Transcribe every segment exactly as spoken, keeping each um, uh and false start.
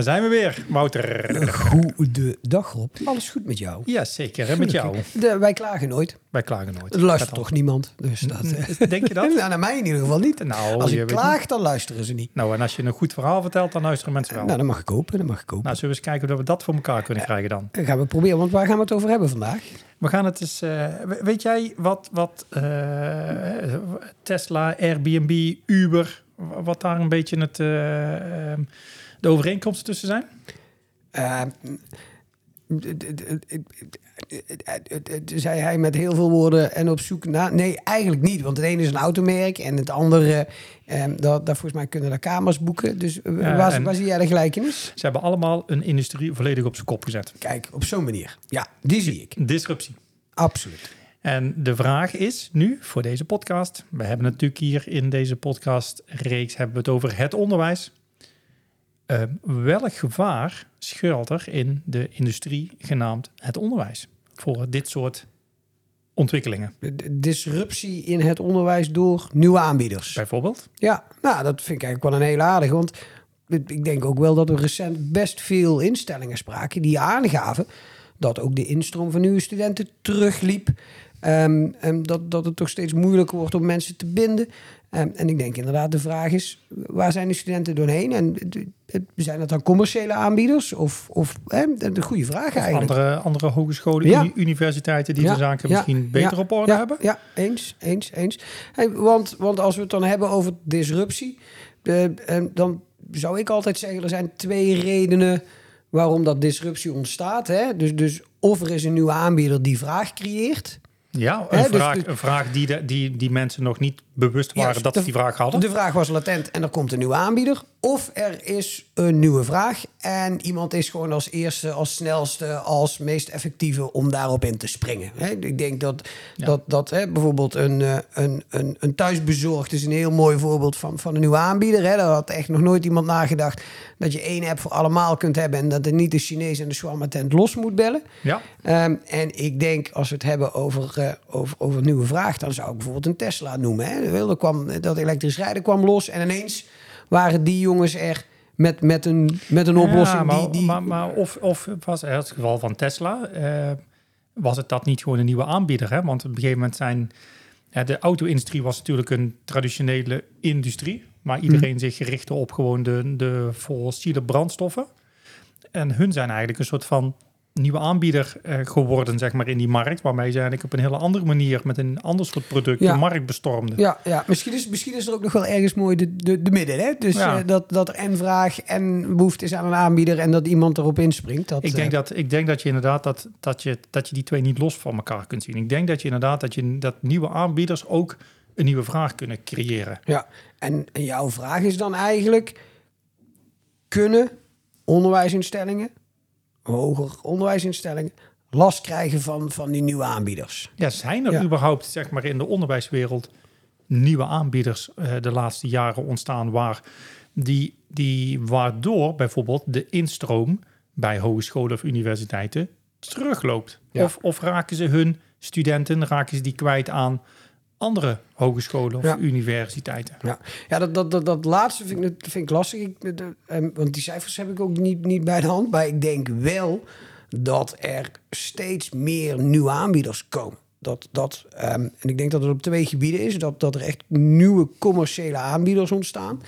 Daar zijn we weer, Wouter. Goedendag Rob. Alles goed met jou? Ja, zeker. En met jou? De, wij klagen nooit. Wij klagen nooit. Er luistert toch niemand. Dus dat, Denk je dat? nou, naar mij in ieder geval niet. Nou, als je ik weet klaag, niet. dan luisteren ze niet. Nou, en als je een goed verhaal vertelt, dan luisteren mensen wel. Nou, dan mag ik kopen. Dan mag ik kopen. Nou, zullen we eens kijken of we dat voor elkaar kunnen krijgen dan? Dan gaan we proberen, want waar gaan we het over hebben vandaag? We gaan het eens... Uh, weet jij wat, wat uh, Tesla, Airbnb, Uber, wat daar een beetje het, uh, uh, de overeenkomsten tussen zijn? Uh, zei hij met heel veel woorden en op zoek naar... Nee, eigenlijk niet, want het ene is een automerk en het andere... Eh, dat, dat volgens mij kunnen daar kamers boeken. Dus uh, waar, waar zie jij de gelijkenis? Ze hebben allemaal een industrie volledig op zijn kop gezet. Kijk, op zo'n manier. Ja, die zie ik. Disruptie. Absoluut. En de vraag is nu voor deze podcast... We hebben natuurlijk hier in deze podcastreeks hebben we het over het onderwijs... Uh, welk gevaar schuilt er in de industrie genaamd het onderwijs voor dit soort ontwikkelingen? De, de disruptie in het onderwijs door nieuwe aanbieders. Bijvoorbeeld? Ja, nou, dat vind ik eigenlijk wel een hele aardige. Want ik denk ook wel dat er recent best veel instellingen spraken die aangaven dat ook de instroom van nieuwe studenten terugliep. Um, um, dat, dat het toch steeds moeilijker wordt om mensen te binden. Um, en ik denk inderdaad, de vraag is, waar zijn de studenten doorheen? En zijn dat dan commerciële aanbieders? Of, of hè, de goede vraag of eigenlijk. Andere, andere hogescholen, ja. uni- universiteiten die ja. de zaken ja. misschien beter ja. op orde ja. hebben? Ja, eens, eens, eens. Hey, want, want als we het dan hebben over disruptie, uh, uh, dan zou ik altijd zeggen, er zijn twee redenen waarom dat disruptie ontstaat. Hè? Dus, dus of er is een nieuwe aanbieder die vraag creëert. Ja, een, He, vraag, dus, een vraag die, de, die, die mensen nog niet bewust waren ja, dat de, ze die vraag hadden. De vraag was latent en er komt een nieuwe aanbieder. Of er is een nieuwe vraag en iemand is gewoon als eerste, als snelste, als meest effectieve om daarop in te springen. He, ik denk dat, ja. dat, dat he, bijvoorbeeld een, een, een, een thuisbezorgd is een heel mooi voorbeeld van, van een nieuwe aanbieder. He. Daar had echt nog nooit iemand nagedacht dat je één app voor allemaal kunt hebben en dat er niet de Chinees en de shawarma tent los moet bellen. Ja. Um, en ik denk, als we het hebben over, uh, over, over een nieuwe vraag, dan zou ik bijvoorbeeld een Tesla noemen. Hè. Er kwam, dat elektrisch rijden kwam los en ineens waren die jongens er met, met, een, met een oplossing. Ja, maar, die, die... maar, maar of, of was het geval van Tesla, uh, was het dat niet gewoon een nieuwe aanbieder? Hè? Want op een gegeven moment zijn... Ja, de auto-industrie was natuurlijk een traditionele industrie, waar iedereen hmm. zich richtte op gewoon de, de fossiele brandstoffen. En hun zijn eigenlijk een soort van nieuwe aanbieder uh, geworden, zeg maar, in die markt, waarmee ze eigenlijk op een hele andere manier met een ander soort product ja. de markt bestormden. Ja, ja. Misschien, is, misschien is er ook nog wel ergens mooi de, de, de midden, hè? Dus ja. uh, dat, dat er en vraag en behoefte is aan een aanbieder en dat iemand erop inspringt. Dat, ik, denk uh, dat, ik denk dat je inderdaad dat, dat, je, dat je die twee niet los van elkaar kunt zien. Ik denk dat je inderdaad dat, je, dat nieuwe aanbieders ook een nieuwe vraag kunnen creëren. Ja, en, en jouw vraag is dan eigenlijk, kunnen onderwijsinstellingen, hoger onderwijsinstellingen, last krijgen van, van die nieuwe aanbieders? Ja, zijn er ja. überhaupt, zeg maar, in de onderwijswereld nieuwe aanbieders uh, de laatste jaren ontstaan waar die, die waardoor bijvoorbeeld de instroom bij hogescholen of universiteiten terugloopt? Ja. Of, of raken ze hun studenten, raken ze die kwijt aan andere hogescholen of ja. universiteiten? Ja, ja dat, dat, dat, dat laatste vind ik, vind ik lastig. Ik, de, um, want die cijfers heb ik ook niet, niet bij de hand. Maar ik denk wel dat er steeds meer nieuwe aanbieders komen. Dat, dat, um, en ik denk dat het op twee gebieden is. Dat, dat er echt nieuwe commerciële aanbieders ontstaan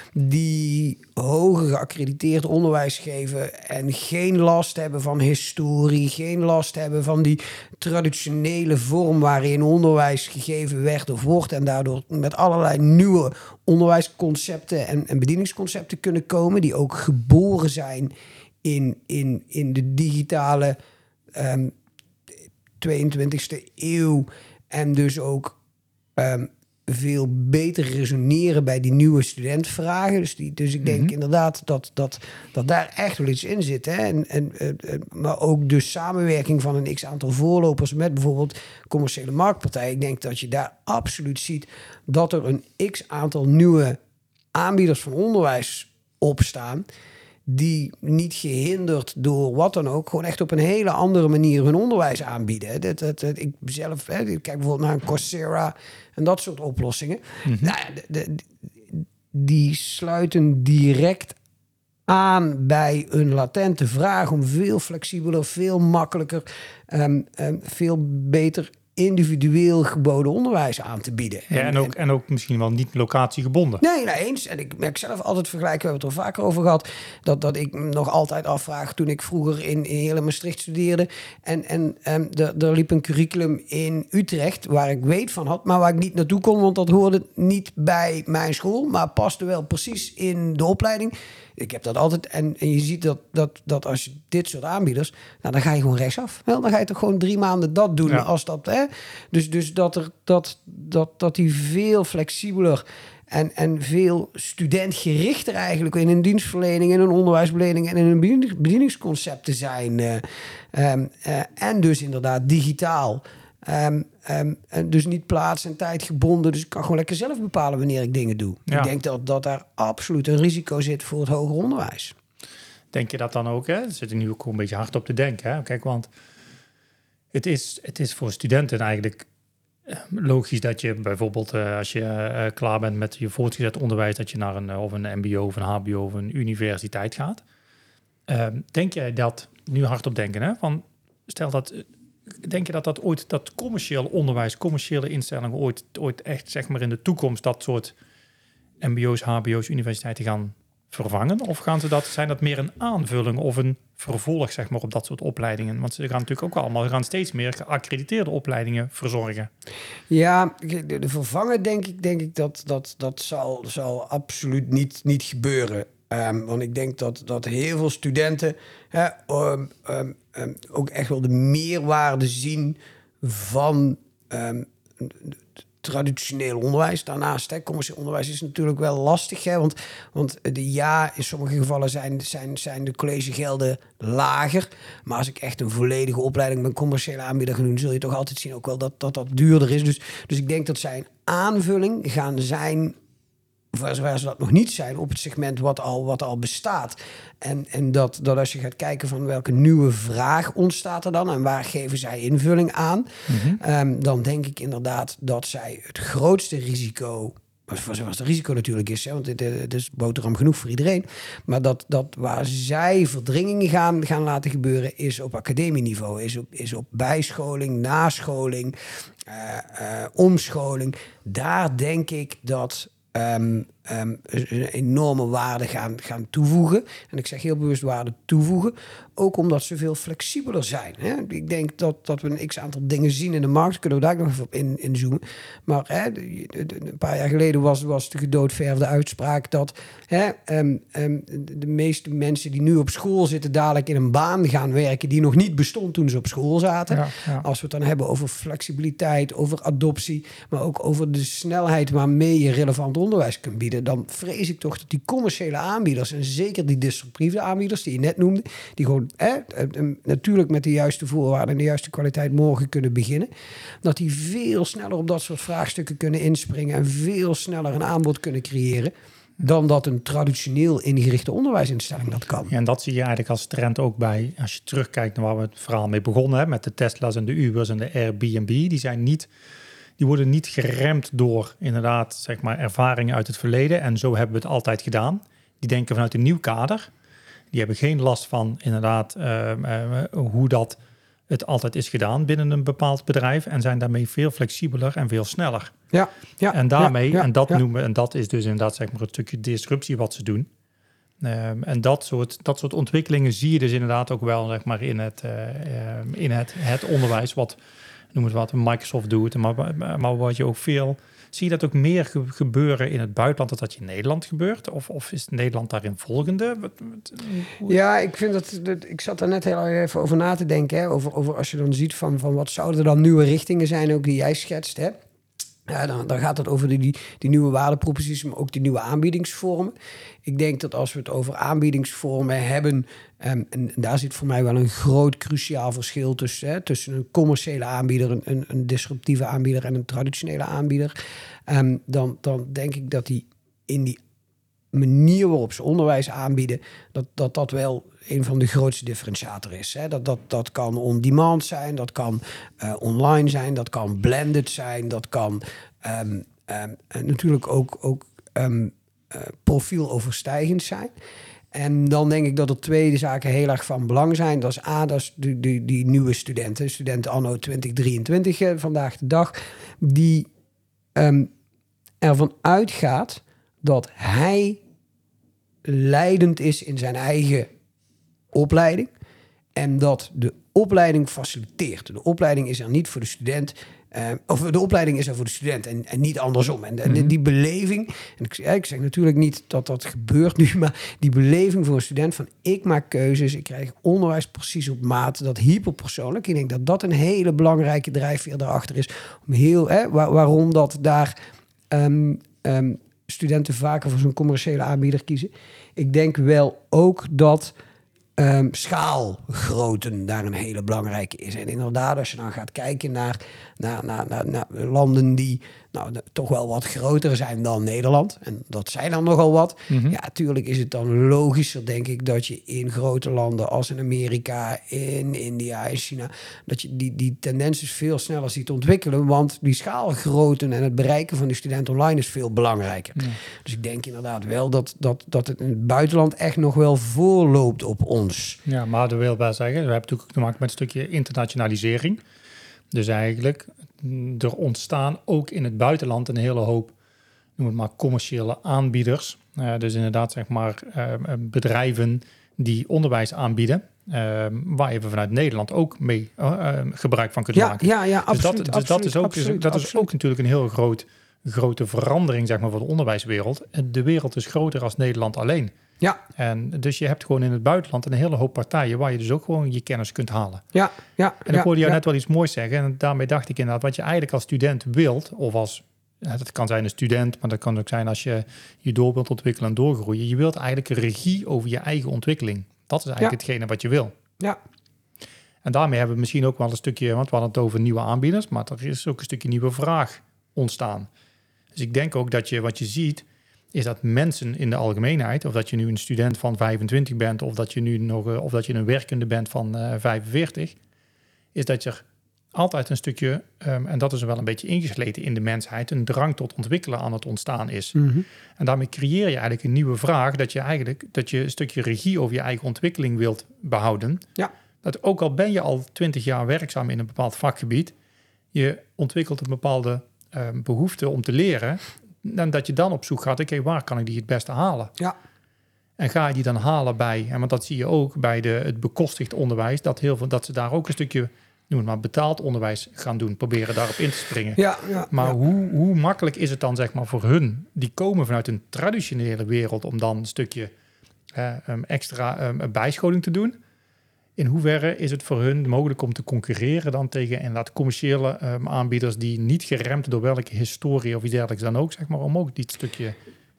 die hoger geaccrediteerd onderwijs geven en geen last hebben van historie, geen last hebben van die traditionele vorm waarin onderwijs gegeven werd of wordt en daardoor met allerlei nieuwe onderwijsconcepten en, en bedieningsconcepten kunnen komen die ook geboren zijn in, in, in de digitale um, tweeëntwintigste eeuw en dus ook um, veel beter resoneren bij die nieuwe studentvragen. Dus, die, dus ik denk mm-hmm. inderdaad dat, dat, dat daar echt wel iets in zit. Hè? En, en, uh, maar ook de samenwerking van een x-aantal voorlopers met bijvoorbeeld commerciële marktpartijen. Ik denk dat je daar absoluut ziet dat er een x-aantal nieuwe aanbieders van onderwijs opstaan die niet gehinderd door wat dan ook, gewoon echt op een hele andere manier hun onderwijs aanbieden. Dat, dat, dat, ik zelf, hè, ik kijk bijvoorbeeld naar een Coursera en dat soort oplossingen. Mm-hmm. Nou, de, de, die sluiten direct aan bij een latente vraag om veel flexibeler, veel makkelijker, um, um, veel beter individueel geboden onderwijs aan te bieden. Ja, en, ook, en ook misschien wel niet locatiegebonden. Nee, nou eens. En ik merk zelf altijd vergelijken, we hebben het er vaker over gehad, dat, dat ik me nog altijd afvraag toen ik vroeger in, in hele Maastricht studeerde. En, en um, er liep een curriculum in Utrecht waar ik weet van had, maar waar ik niet naartoe kon, want dat hoorde niet bij mijn school, maar paste wel precies in de opleiding. Ik heb dat altijd. En, en je ziet dat, dat, dat als je dit soort aanbieders, nou, dan ga je gewoon rechtsaf. Wel, dan ga je toch gewoon drie maanden dat doen. Ja. Als dat, hè? Dus, dus dat, er, dat, dat, dat die veel flexibeler en, en veel studentgerichter eigenlijk in een dienstverlening, in een onderwijsbeleving en in een bedieningsconcepten zijn. Uh, um, uh, en dus inderdaad digitaal. Um, um, dus niet plaats- en tijd gebonden. Dus ik kan gewoon lekker zelf bepalen wanneer ik dingen doe. Ja. Ik denk dat, dat daar absoluut een risico zit voor het hoger onderwijs. Denk je dat dan ook? Hè? Er zit er nu ook een beetje hard op te denken. Hè? Kijk, want het is, het is voor studenten eigenlijk logisch dat je bijvoorbeeld uh, als je uh, klaar bent met je voortgezet onderwijs, dat je naar een, of een mbo of een hbo of een universiteit gaat. Uh, denk jij dat, nu hard op denken, hè? Van, stel dat... Denk je dat dat ooit, dat commercieel onderwijs, commerciële instellingen ooit, ooit echt, zeg maar in de toekomst, dat soort mbo's, hbo's, universiteiten gaan vervangen? Of gaan ze dat, zijn dat meer een aanvulling of een vervolg, zeg maar, op dat soort opleidingen? Want ze gaan natuurlijk ook allemaal, ze gaan steeds meer geaccrediteerde opleidingen verzorgen. Ja, de, de vervangen denk ik, denk ik dat dat, dat zal, zal absoluut niet, niet gebeuren. Um, want ik denk dat, dat heel veel studenten hè, um, um, um, ook echt wel de meerwaarde zien van um, traditioneel onderwijs. Daarnaast, hè, commercieel onderwijs is natuurlijk wel lastig. Hè, want, want de ja, in sommige gevallen zijn, zijn, zijn de collegegelden lager. Maar als ik echt een volledige opleiding met commerciële aanbieder ga doen, zul je toch altijd zien ook wel dat dat, dat duurder is. Dus, dus ik denk dat zij een aanvulling gaan zijn, voor zover ze dat nog niet zijn, op het segment wat al, wat al bestaat. En, en dat, dat als je gaat kijken van welke nieuwe vraag ontstaat er dan en waar geven zij invulling aan, mm-hmm. um, dan denk ik inderdaad dat zij het grootste risico, voor zover het risico natuurlijk is, hè, want dit, dit is boterham genoeg voor iedereen, maar dat, dat waar zij verdringingen gaan, gaan laten gebeuren is op academieniveau, is op, is op bijscholing, nascholing, uh, uh, omscholing. Daar denk ik dat Um, um, een enorme waarde gaan, gaan toevoegen. En ik zeg heel bewust waarde toevoegen. Ook omdat ze veel flexibeler zijn. Hè? Ik denk dat, dat we een x-aantal dingen zien in de markt. Kunnen we daar nog even op in, inzoomen. Maar hè, de, de, de, een paar jaar geleden was, was de gedoodverfde uitspraak dat hè, um, um, de, de meeste mensen die nu op school zitten dadelijk in een baan gaan werken die nog niet bestond toen ze op school zaten. Ja, ja. Als we het dan hebben over flexibiliteit, over adoptie, maar ook over de snelheid waarmee je relevant onderwijs kunt bieden, dan vrees ik toch dat die commerciële aanbieders, en zeker die disruptieve aanbieders die je net noemde, die gewoon eh, natuurlijk met de juiste voorwaarden en de juiste kwaliteit morgen kunnen beginnen, dat die veel sneller op dat soort vraagstukken kunnen inspringen en veel sneller een aanbod kunnen creëren dan dat een traditioneel ingerichte onderwijsinstelling dat kan. Ja, en dat zie je eigenlijk als trend ook bij, als je terugkijkt naar waar we het verhaal mee begonnen, hè, met de Tesla's en de Ubers en de Airbnb, die zijn niet... Die worden niet geremd door inderdaad, zeg maar, ervaringen uit het verleden. En zo hebben we het altijd gedaan. Die denken vanuit een nieuw kader. Die hebben geen last van inderdaad uh, uh, hoe dat het altijd is gedaan binnen een bepaald bedrijf. En zijn daarmee veel flexibeler en veel sneller. Ja, ja, en daarmee, ja, ja, en dat ja. noemen, en dat is dus inderdaad, zeg maar, het stukje disruptie wat ze doen. Um, en dat soort, dat soort ontwikkelingen zie je dus inderdaad ook wel, zeg maar, in het, uh, uh, in het, het onderwijs wat, noem het wat, Microsoft doet. Maar, maar wat je ook veel... Zie je dat ook meer ge- gebeuren in het buitenland dan dat je in Nederland gebeurt? Of, of is Nederland daarin volgende? Wat, wat, hoe... Ja, ik vind dat, dat... Ik zat daar net heel even over na te denken. Hè, over, over als je dan ziet van, van wat zouden er dan nieuwe richtingen zijn, ook die jij schetst, hè? Ja, dan, dan gaat het over die, die, die nieuwe waardeproposities, maar ook die nieuwe aanbiedingsvormen. Ik denk dat als we het over aanbiedingsvormen hebben, um, en, en daar zit voor mij wel een groot cruciaal verschil tussen, hè, tussen een commerciële aanbieder, een, een, een disruptieve aanbieder en een traditionele aanbieder. Um, dan, dan denk ik dat die in die manier waarop ze onderwijs aanbieden, dat dat, dat wel een van de grootste differentiator is. Hè. Dat, dat, dat kan on-demand zijn, dat kan uh, online zijn, dat kan blended zijn, dat kan um, um, natuurlijk ook, ook um, uh, profieloverstijgend zijn. En dan denk ik dat er twee zaken heel erg van belang zijn. Dat is A, dat is die, die, die nieuwe studenten. Studenten anno twintig drieëntwintig, eh, vandaag de dag. Die um, ervan uitgaat dat hij leidend is in zijn eigen opleiding. En dat de opleiding faciliteert. De opleiding is er niet voor de student. Uh, of de opleiding is er voor de student en, en niet andersom. En, en Mm-hmm. die beleving, en ik, ja, ik zeg natuurlijk niet dat dat gebeurt nu, maar die beleving voor een student van ik maak keuzes, ik krijg onderwijs precies op maat, dat hyperpersoonlijk. Ik denk dat dat een hele belangrijke drijfveer daarachter is. Om heel, hè, waar, waarom dat daar um, um, studenten vaker voor zo'n commerciële aanbieder kiezen. Ik denk wel ook dat Um, schaalgrootte daar een hele belangrijke is. En inderdaad, als je dan gaat kijken naar, naar, naar, naar, naar landen die nou, de, toch wel wat groter zijn dan Nederland, en dat zijn dan nogal wat, Mm-hmm. ja, natuurlijk is het dan logischer, denk ik, dat je in grote landen als in Amerika, in India, in China, dat je die, die tendens dus veel sneller ziet ontwikkelen, want die schaalgrootte en het bereiken van die student online is veel belangrijker. Ja. Dus ik denk inderdaad wel dat, dat, dat het in het buitenland echt nog wel voorloopt op ons. Ja, maar dat wil wel zeggen, we hebben natuurlijk te maken met een stukje internationalisering. Dus eigenlijk, er ontstaan ook in het buitenland een hele hoop, noem het maar, commerciële aanbieders. Uh, dus inderdaad, zeg maar, uh, bedrijven die onderwijs aanbieden, uh, waar je vanuit Nederland ook mee uh, uh, gebruik van kunt Ja, maken. ja, ja, Dus, absoluut. dat, dus absoluut, dat, is ook, absoluut, dat is absoluut. ook natuurlijk een heel groot, grote verandering, zeg maar, voor de onderwijswereld. De wereld is groter als Nederland alleen. Ja, En dus je hebt gewoon in het buitenland een hele hoop partijen waar je dus ook gewoon je kennis kunt halen. ja, ja. En ik ja, hoorde jou ja. net wel iets moois zeggen. En daarmee dacht ik inderdaad, wat je eigenlijk als student wilt, of als, ja, dat kan zijn een student, maar dat kan ook zijn als je je door wilt ontwikkelen en doorgroeien. Je wilt eigenlijk een regie over je eigen ontwikkeling. Dat is eigenlijk Ja. hetgene wat je wil. Ja, En daarmee hebben we misschien ook wel een stukje, want we hadden het over nieuwe aanbieders, maar er is ook een stukje nieuwe vraag ontstaan. Dus ik denk ook dat je, wat je ziet, is dat mensen in de algemeenheid, of dat je nu een student van vijfentwintig bent, of dat je nu nog, uh, of dat je een werkende bent van uh, vijfenveertig, is dat er altijd een stukje, um, en dat is wel een beetje ingesleten in de mensheid, een drang tot ontwikkelen aan het ontstaan is. mm-hmm. En daarmee creëer je eigenlijk een nieuwe vraag, dat je eigenlijk dat je een stukje regie over je eigen ontwikkeling wilt behouden. Ja. Dat ook al ben je al twintig jaar werkzaam in een bepaald vakgebied, je ontwikkelt een bepaalde um, behoefte om te leren. En dat je dan op zoek gaat, oké, okay, waar kan ik die het beste halen? Ja. En ga je die dan halen bij, en want dat zie je ook bij de, het bekostigd onderwijs, dat, heel veel, dat ze daar ook een stukje, noem het maar, betaald onderwijs gaan doen, proberen daarop in te springen. Ja, ja, maar ja. Hoe, hoe makkelijk is het dan, zeg maar, voor hun, die komen vanuit een traditionele wereld, om dan een stukje uh, um, extra um, bijscholing te doen? In hoeverre is het voor hun mogelijk om te concurreren dan tegen inderdaad commerciële um, aanbieders die niet geremd door welke historie of iets dergelijks dan ook, zeg maar, om ook dit stukje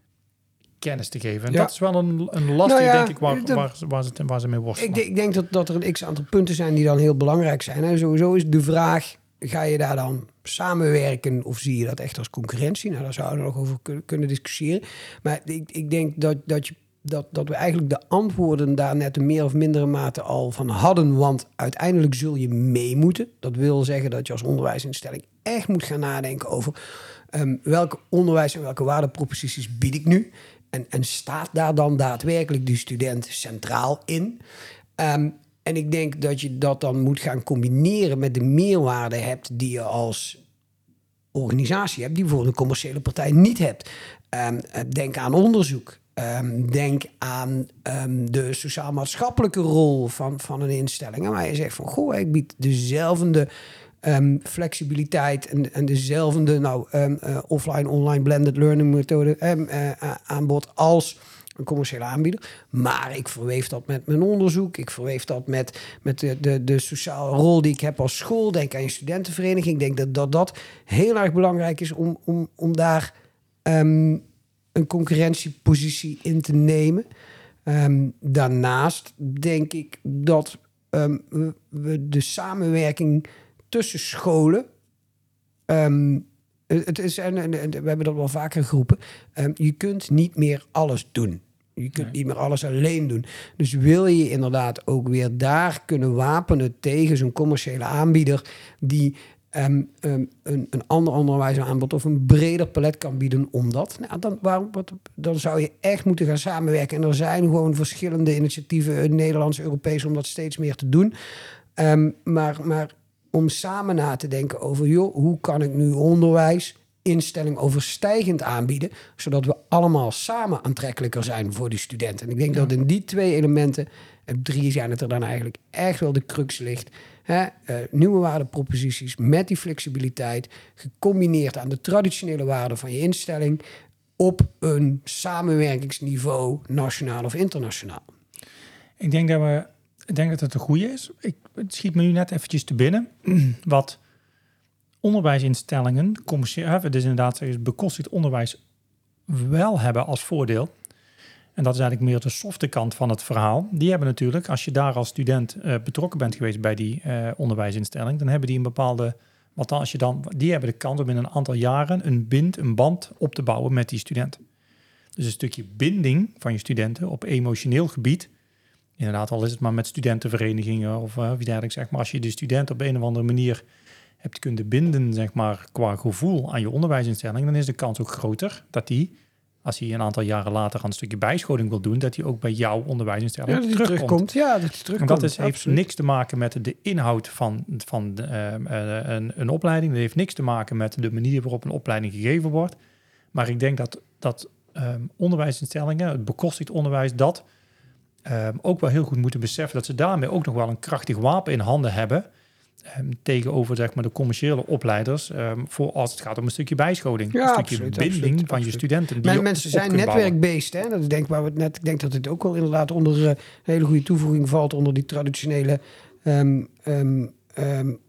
kennis te geven. En Ja. dat is wel een, een lastige, Nou ja, denk ik, waar, de- waar, waar, ze, waar ze mee worstelen. Ik, denk- ik denk dat, dat er een x-aantal punten zijn die dan heel belangrijk zijn. En sowieso is de vraag, ga je daar dan samenwerken of zie je dat echt als concurrentie? Nou, daar zouden we nog over kun- kunnen discussiëren. Maar ik, ik denk dat, dat, je, dat, dat we eigenlijk de antwoorden daar net in meer of mindere mate al van hadden. Want uiteindelijk zul je mee moeten. Dat wil zeggen dat je als onderwijsinstelling echt moet gaan nadenken over um, welke onderwijs en welke waardeproposities bied ik nu? En, en staat daar dan daadwerkelijk die student centraal in? Um, en ik denk dat je dat dan moet gaan combineren met de meerwaarde hebt die je als organisatie hebt, die bijvoorbeeld een commerciële partij niet hebt. Um, denk aan onderzoek. Um, denk aan um, de sociaal-maatschappelijke rol van, van een instelling. En waar je zegt van, goh, ik bied dezelfde um, flexibiliteit en, en dezelfde nou, um, uh, offline-online blended learning methode um, uh, aanbod als een commerciële aanbieder. Maar ik verweef dat met mijn onderzoek. Ik verweef dat met, met de, de, de sociale rol die ik heb als school. Denk aan je studentenvereniging. Ik denk dat dat, dat heel erg belangrijk is om, om, om daar um, een concurrentiepositie in te nemen. Um, daarnaast denk ik dat um, we, we de samenwerking tussen scholen... Um, het is, en, en, en we hebben dat wel vaker geroepen. Um, je kunt niet meer alles doen. Je kunt Nee. niet meer alles alleen doen. Dus wil je je inderdaad ook weer daar kunnen wapenen tegen zo'n commerciële aanbieder die um, um, een, een ander onderwijsaanbod of een breder palet kan bieden om dat. Nou, dan, waarom, wat, dan zou je echt moeten gaan samenwerken. En er zijn gewoon verschillende initiatieven, Nederlands, Europees, om dat steeds meer te doen. Um, maar, maar om samen na te denken over, joh, hoe kan ik nu onderwijs, instelling overstijgend aanbieden, zodat we allemaal samen aantrekkelijker zijn voor die studenten. En ik denk ja. dat in die twee elementen, en drie zijn het er dan eigenlijk, echt wel de crux ligt. Hè? Uh, nieuwe waardeproposities met die flexibiliteit, gecombineerd aan de traditionele waarden van je instelling, op een samenwerkingsniveau, nationaal of internationaal. Ik denk dat we, ik denk dat het een goede is. Ik, het schiet me nu net eventjes te binnen. Wat onderwijsinstellingen, commercieel, dus inderdaad bekostigd onderwijs wel hebben als voordeel. En dat is eigenlijk meer de softe kant van het verhaal. Die hebben natuurlijk, als je daar als student uh, betrokken bent geweest bij die uh, onderwijsinstelling, dan hebben die een bepaalde, wat als je dan, die hebben de kans om in een aantal jaren een bind, een band op te bouwen met die student. Dus een stukje binding van je studenten op emotioneel gebied. Inderdaad, al is het maar met studentenverenigingen of uh, wie dergelijke, zeg maar. Als je de student op een of andere manier hebt kunnen binden, zeg maar, qua gevoel aan je onderwijsinstelling, dan is de kans ook groter dat die, als hij een aantal jaren later aan een stukje bijscholing wil doen, dat hij ook bij jouw onderwijsinstelling ja, dat terugkomt. terugkomt. Ja, dat hij terugkomt. En dat is, heeft niks te maken met de inhoud van, van de, uh, uh, een, een opleiding. Dat heeft niks te maken met de manier waarop een opleiding gegeven wordt. Maar ik denk dat, dat um, onderwijsinstellingen, het bekostigd onderwijs, dat um, ook wel heel goed moeten beseffen dat ze daarmee ook nog wel een krachtig wapen in handen hebben. Um, tegenover, zeg maar, de commerciële opleiders, um, voor als het gaat om een stukje bijscholing, ja, een stukje absoluut, binding absoluut, van absoluut. je studenten. Die mensen zijn netwerkbeest, hè? Dat is denk waar we het net. Ik denk dat dit ook wel inderdaad onder uh, een hele goede toevoeging valt onder die traditionele um, um, um,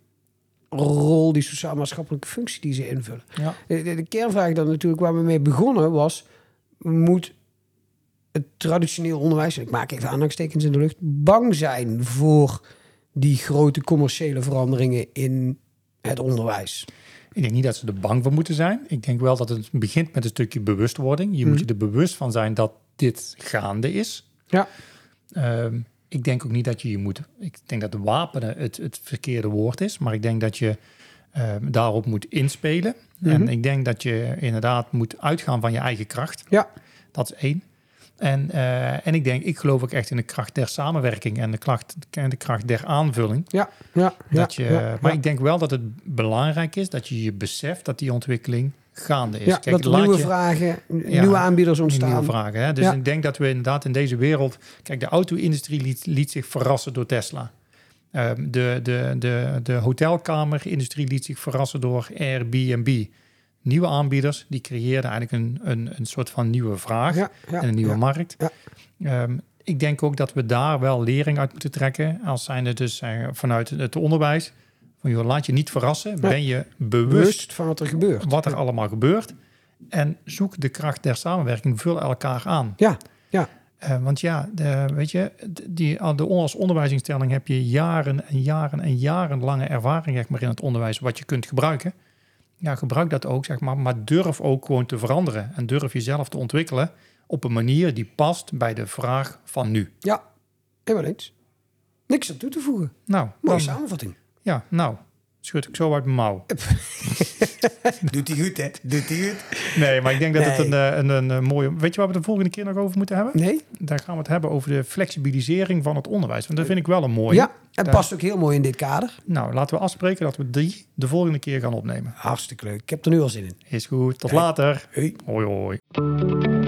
rol, die sociaal-maatschappelijke functie die ze invullen. Ja. De, de, de kernvraag dan natuurlijk waar we mee begonnen was, moet het traditioneel onderwijs, ik maak even aanhalingstekens in de lucht, bang zijn voor die grote commerciële veranderingen in het onderwijs? Ik denk niet dat ze er bang voor moeten zijn. Ik denk wel dat het begint met een stukje bewustwording. Je mm. moet je er bewust van zijn dat dit gaande is. Ja. Um, ik denk ook niet dat je je moet... Ik denk dat de wapenen het, het verkeerde woord is. Maar ik denk dat je um, daarop moet inspelen. Mm-hmm. En ik denk dat je inderdaad moet uitgaan van je eigen kracht. Ja. Dat is één. En, uh, en ik denk, ik geloof ook echt in de kracht der samenwerking en de kracht, de kracht der aanvulling. Ja, ja, dat je, ja, ja. Maar ik denk wel dat het belangrijk is dat je je beseft dat die ontwikkeling gaande is. Ja, Kijk, dat er nieuwe je, vragen, ja, nieuwe aanbieders ontstaan. Nieuwe vragen, hè? Dus ja. ik denk dat we inderdaad in deze wereld... Kijk, de auto-industrie liet, liet zich verrassen door Tesla. Uh, de, de, de, de hotelkamerindustrie liet zich verrassen door Airbnb. Nieuwe aanbieders, die creëerden eigenlijk een, een, een soort van nieuwe vraag ja, ja, en een nieuwe ja, markt. Ja. Um, ik denk ook dat we daar wel lering uit moeten trekken. Als zijnde dus uh, vanuit het onderwijs. Van, joh, laat je niet verrassen. Ja. Ben je bewust, bewust van wat er gebeurt. Wat er ja. allemaal gebeurt. En zoek de kracht der samenwerking. Vul elkaar aan. Ja, ja. Uh, want ja, de, weet je, die, de, als onderwijsinstelling heb je jaren en jaren en jarenlange ervaring, zeg maar, in het onderwijs wat je kunt gebruiken. Ja, gebruik dat ook, zeg maar, maar durf ook gewoon te veranderen. En durf jezelf te ontwikkelen op een manier die past bij de vraag van nu. Ja, helemaal eens. Niks aan toe te voegen. Nou, mooie dan, samenvatting. Ja, nou, schud ik zo uit mijn mouw. Doet hij goed, hè? Doet hij goed. Nee, maar ik denk dat nee. het een, een, een, een mooie... Weet je waar we de volgende keer nog over moeten hebben? Nee. Daar gaan we het hebben over de flexibilisering van het onderwijs. Want dat vind ik wel een mooie. Ja, en Daar... past ook heel mooi in dit kader. Nou, laten we afspreken dat we die de volgende keer gaan opnemen. Hartstikke leuk. Ik heb er nu al zin in. Is goed. Tot hey. later. Hoi. Hoi, hoi.